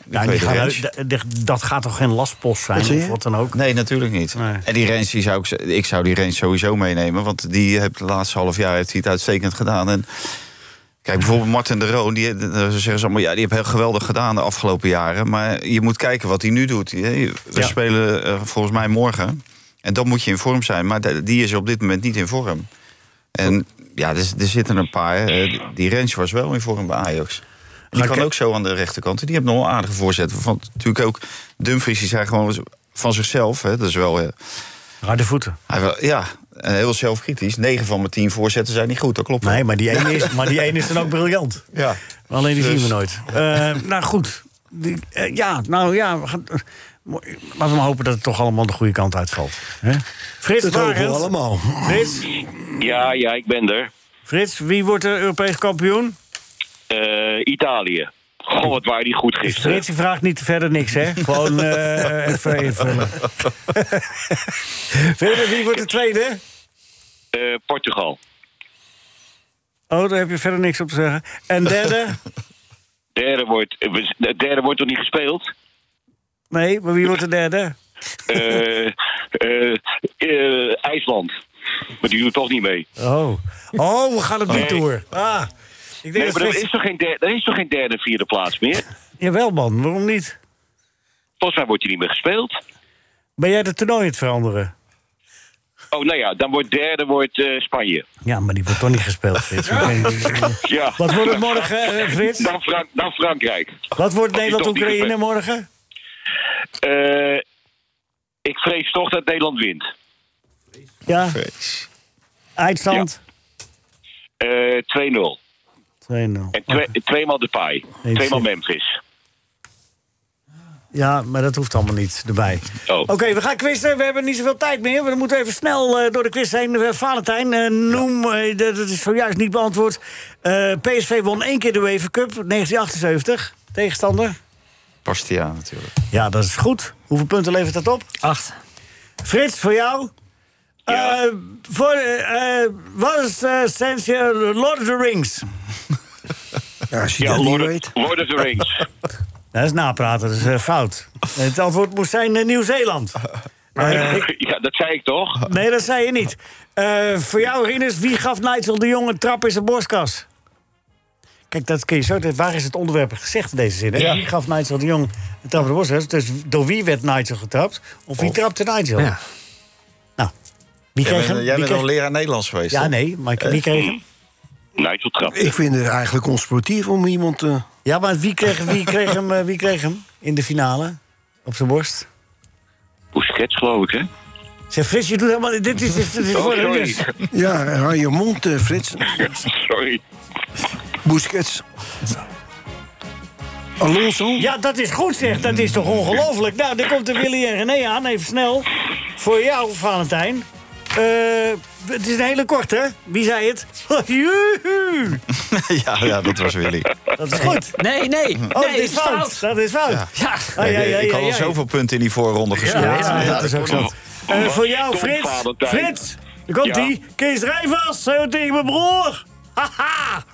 Ja, die gaan, dat gaat toch geen lastpost zijn of wat dan ook? Nee, natuurlijk niet. Nee. En die range, die zou ik, ik zou die range sowieso meenemen. Want die heeft de laatste half jaar heeft hij het uitstekend gedaan. En kijk, bijvoorbeeld Martin de Roon, die zeggen ze allemaal, ja, die heeft heel geweldig gedaan de afgelopen jaren. Maar je moet kijken wat hij nu doet. We ja. spelen uh, volgens mij morgen. En dan moet je in vorm zijn. Maar die is op dit moment niet in vorm. En ja, er, er zitten een paar. Uh, die range was wel in vorm bij Ajax. En die kan ook zo aan de rechterkant. Die heeft nog een aardige voorzetten. Want natuurlijk ook Dumfries, die zijn gewoon van zichzelf. Hè, dat is wel... Uh, harde voeten. Hij wel, ja, heel zelfkritisch. negen van mijn tien voorzetten zijn niet goed, dat klopt. Nee, maar die ene is, maar die ene is dan ook briljant. Ja. Alleen die dus. zien we nooit. Uh, nou goed. Die, uh, ja, nou ja... We gaan, uh, laten we maar hopen dat het toch allemaal de goede kant uitvalt. Hè? Frits, dat hopen we allemaal. Frits? Ja, ja, ik ben er. Frits, wie wordt de Europees kampioen? Uh, Italië. Goh, wat waren die goed gisteren. Frits, die vraagt niet verder niks, hè? Gewoon uh, even invullen. Verder, wie wordt de tweede? Uh, Portugal. Oh, daar heb je verder niks op te zeggen. En derde? derde wordt, de derde wordt toch niet gespeeld? Nee, maar wie wordt de derde? Uh, uh, uh, IJsland. Maar die doet toch niet mee. Oh, oh we gaan het niet nee. door. Ah, ik denk nee, maar er is, toch geen derde, er is toch geen derde en vierde plaats meer? Jawel, man. Waarom niet? Volgens mij wordt hij niet meer gespeeld. Ben jij de toernooi het veranderen? Oh, nou ja, dan wordt derde wordt, uh, Spanje. Ja, maar die wordt toch niet gespeeld, Frits? ja. Wat wordt het morgen, uh, Frits? Dan, Frank, dan Frankrijk. Wat wordt Nederland-Oekraïne morgen? Uh, ik vrees toch dat Nederland wint. Ja. Eindstand? Ja. Uh, twee nul. twee nul. En twee, okay. tweemaal Depay. Nee, tweemaal Memphis. Ja, maar dat hoeft allemaal niet erbij. Oh. Oké, okay, we gaan quizzen. We hebben niet zoveel tijd meer. We moeten even snel uh, door de quiz heen. Uh, Valentijn, uh, noem, uh, dat is zojuist niet beantwoord. Uh, P S V won één keer de UEFA Cup, negentien achtenzeventig. Tegenstander? Bastia natuurlijk. Ja, dat is goed. Hoeveel punten levert dat op? Acht. Frits, voor jou? Ja. Uh, voor, uh, wat is uh, sinds je Lord of the Rings? Ja, als je ja, dat Lord, niet weet. Lord of the Rings. Dat is napraten, dat is uh, fout. Het antwoord moest zijn uh, Nieuw-Zeeland. Uh, ja, dat zei ik toch? Nee, dat zei je niet. Uh, voor jou, Rinus, wie gaf Nigel de Jong een trap in zijn borstkas? Kijk, dat kun je zo... Waar is het onderwerp gezegd in deze zin? Hè? Ja. Wie gaf Nigel de Jong een trap in de borstkas? Dus door wie werd Nigel getrapt? Of wie of. trapte Nigel? Ja. Nou, wie kreeg hem? Jij bent kreeg... al leraar Nederlands geweest. Ja, nee, maar wie kreeg hem? Nigel trapte. Ik vind het eigenlijk onsportief om iemand te... Ja, maar wie kreeg, wie kreeg, hem, wie kreeg hem in de finale? Op zijn borst? Busquets, geloof ik, hè? Zeg, Frits, je doet helemaal... Dit is, dit is oh, voor sorry. Ja, hou je mond, uh, Frits. Sorry. Busquets. Alonso? Ja, dat is goed, zeg. Dat is toch ongelooflijk. Nou, daar komt de Willy en René aan. Even snel. Voor jou, Valentijn. Uh, het is een hele korte. Wie zei het? ja, ja, dat was Willy. Dat is goed. Nee, nee. Oh, nee, dat is fout. fout. Dat is fout. Ja. Ja. Oh, ja, ja, ik had ja, al ja. zoveel punten in die voorronde gescoord. Ja, ja, ja, dat is ook zo. Uh, voor jou, Frits. Frits, daar komt ie. Ja. Kees Rijvers, zei tegen mijn broer. Haha.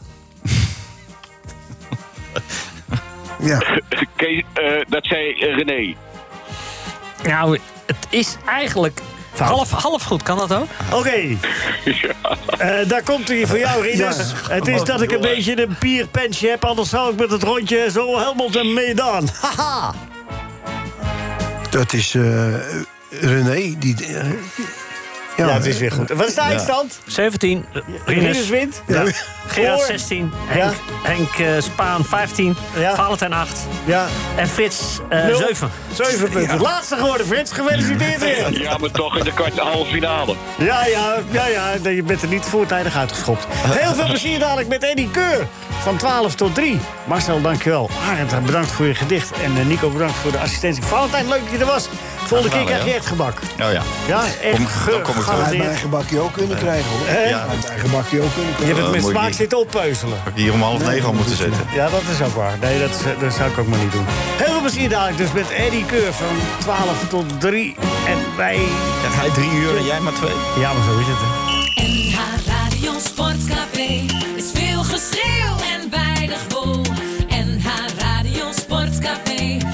ja. Kees, uh, dat zei uh, René. Nou, het is eigenlijk... Half, half goed, kan dat ook? Oké. Okay. Ja. Uh, daar komt hij voor jou, Rinus. Ja. Het is dat ik een beetje een pierpensje heb... anders zou ik met het rondje zo Helmond en meedaan. Haha. Dat is uh, René. Die, uh, ja, ja, het is weer goed. Wat is de eindstand? Ja. zeventien. Rinus wint. Ja. Ja. Gerard zestien. Henk, ja. Henk uh, Spaan vijftien. Ja. Valentijn acht. Ja. En Frits uh, zeven. zeven punten. Ja. Laatste geworden, Frits. Gefeliciteerd weer. Ja, maar toch in de kwart halve finale. Ja, ja, ja, ja. Je bent er niet voortijdig uitgeschopt. Heel veel plezier dadelijk met Eddie Keur. Van twaalf tot drie. Marcel, dankjewel. Arend, bedankt voor je gedicht. En Nico, bedankt voor de assistentie. Valentijn, leuk dat je er was. Volgende keer krijg je echt gebak. Oh ja. Ja, echt kom, dan kom ik ge- hij mijn gebakje ook kunnen krijgen, hoor. Eh? Ja. Mijn gebakje ook kunnen krijgen. Je hebt het met uh, smaak zitten oppeuzelen. Had ik hier om half nee, negen al moeten zitten. Ja, dat is ook waar. Nee, dat, dat zou ik ook maar niet doen. Heel veel plezier dadelijk dus met Eddie Keur van twaalf tot drie. En wij... Krijg hij drie uur en jij maar twee? Ja, maar zo is het, hè. N H Radio Sportcafé is veel geschreeuw en weinig wol. N H Radio Sportcafé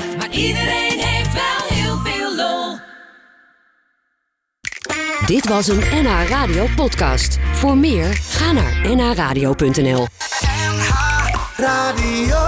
Dit was een N H Radio podcast. Voor meer, ga naar n h radio punt n l. Radio.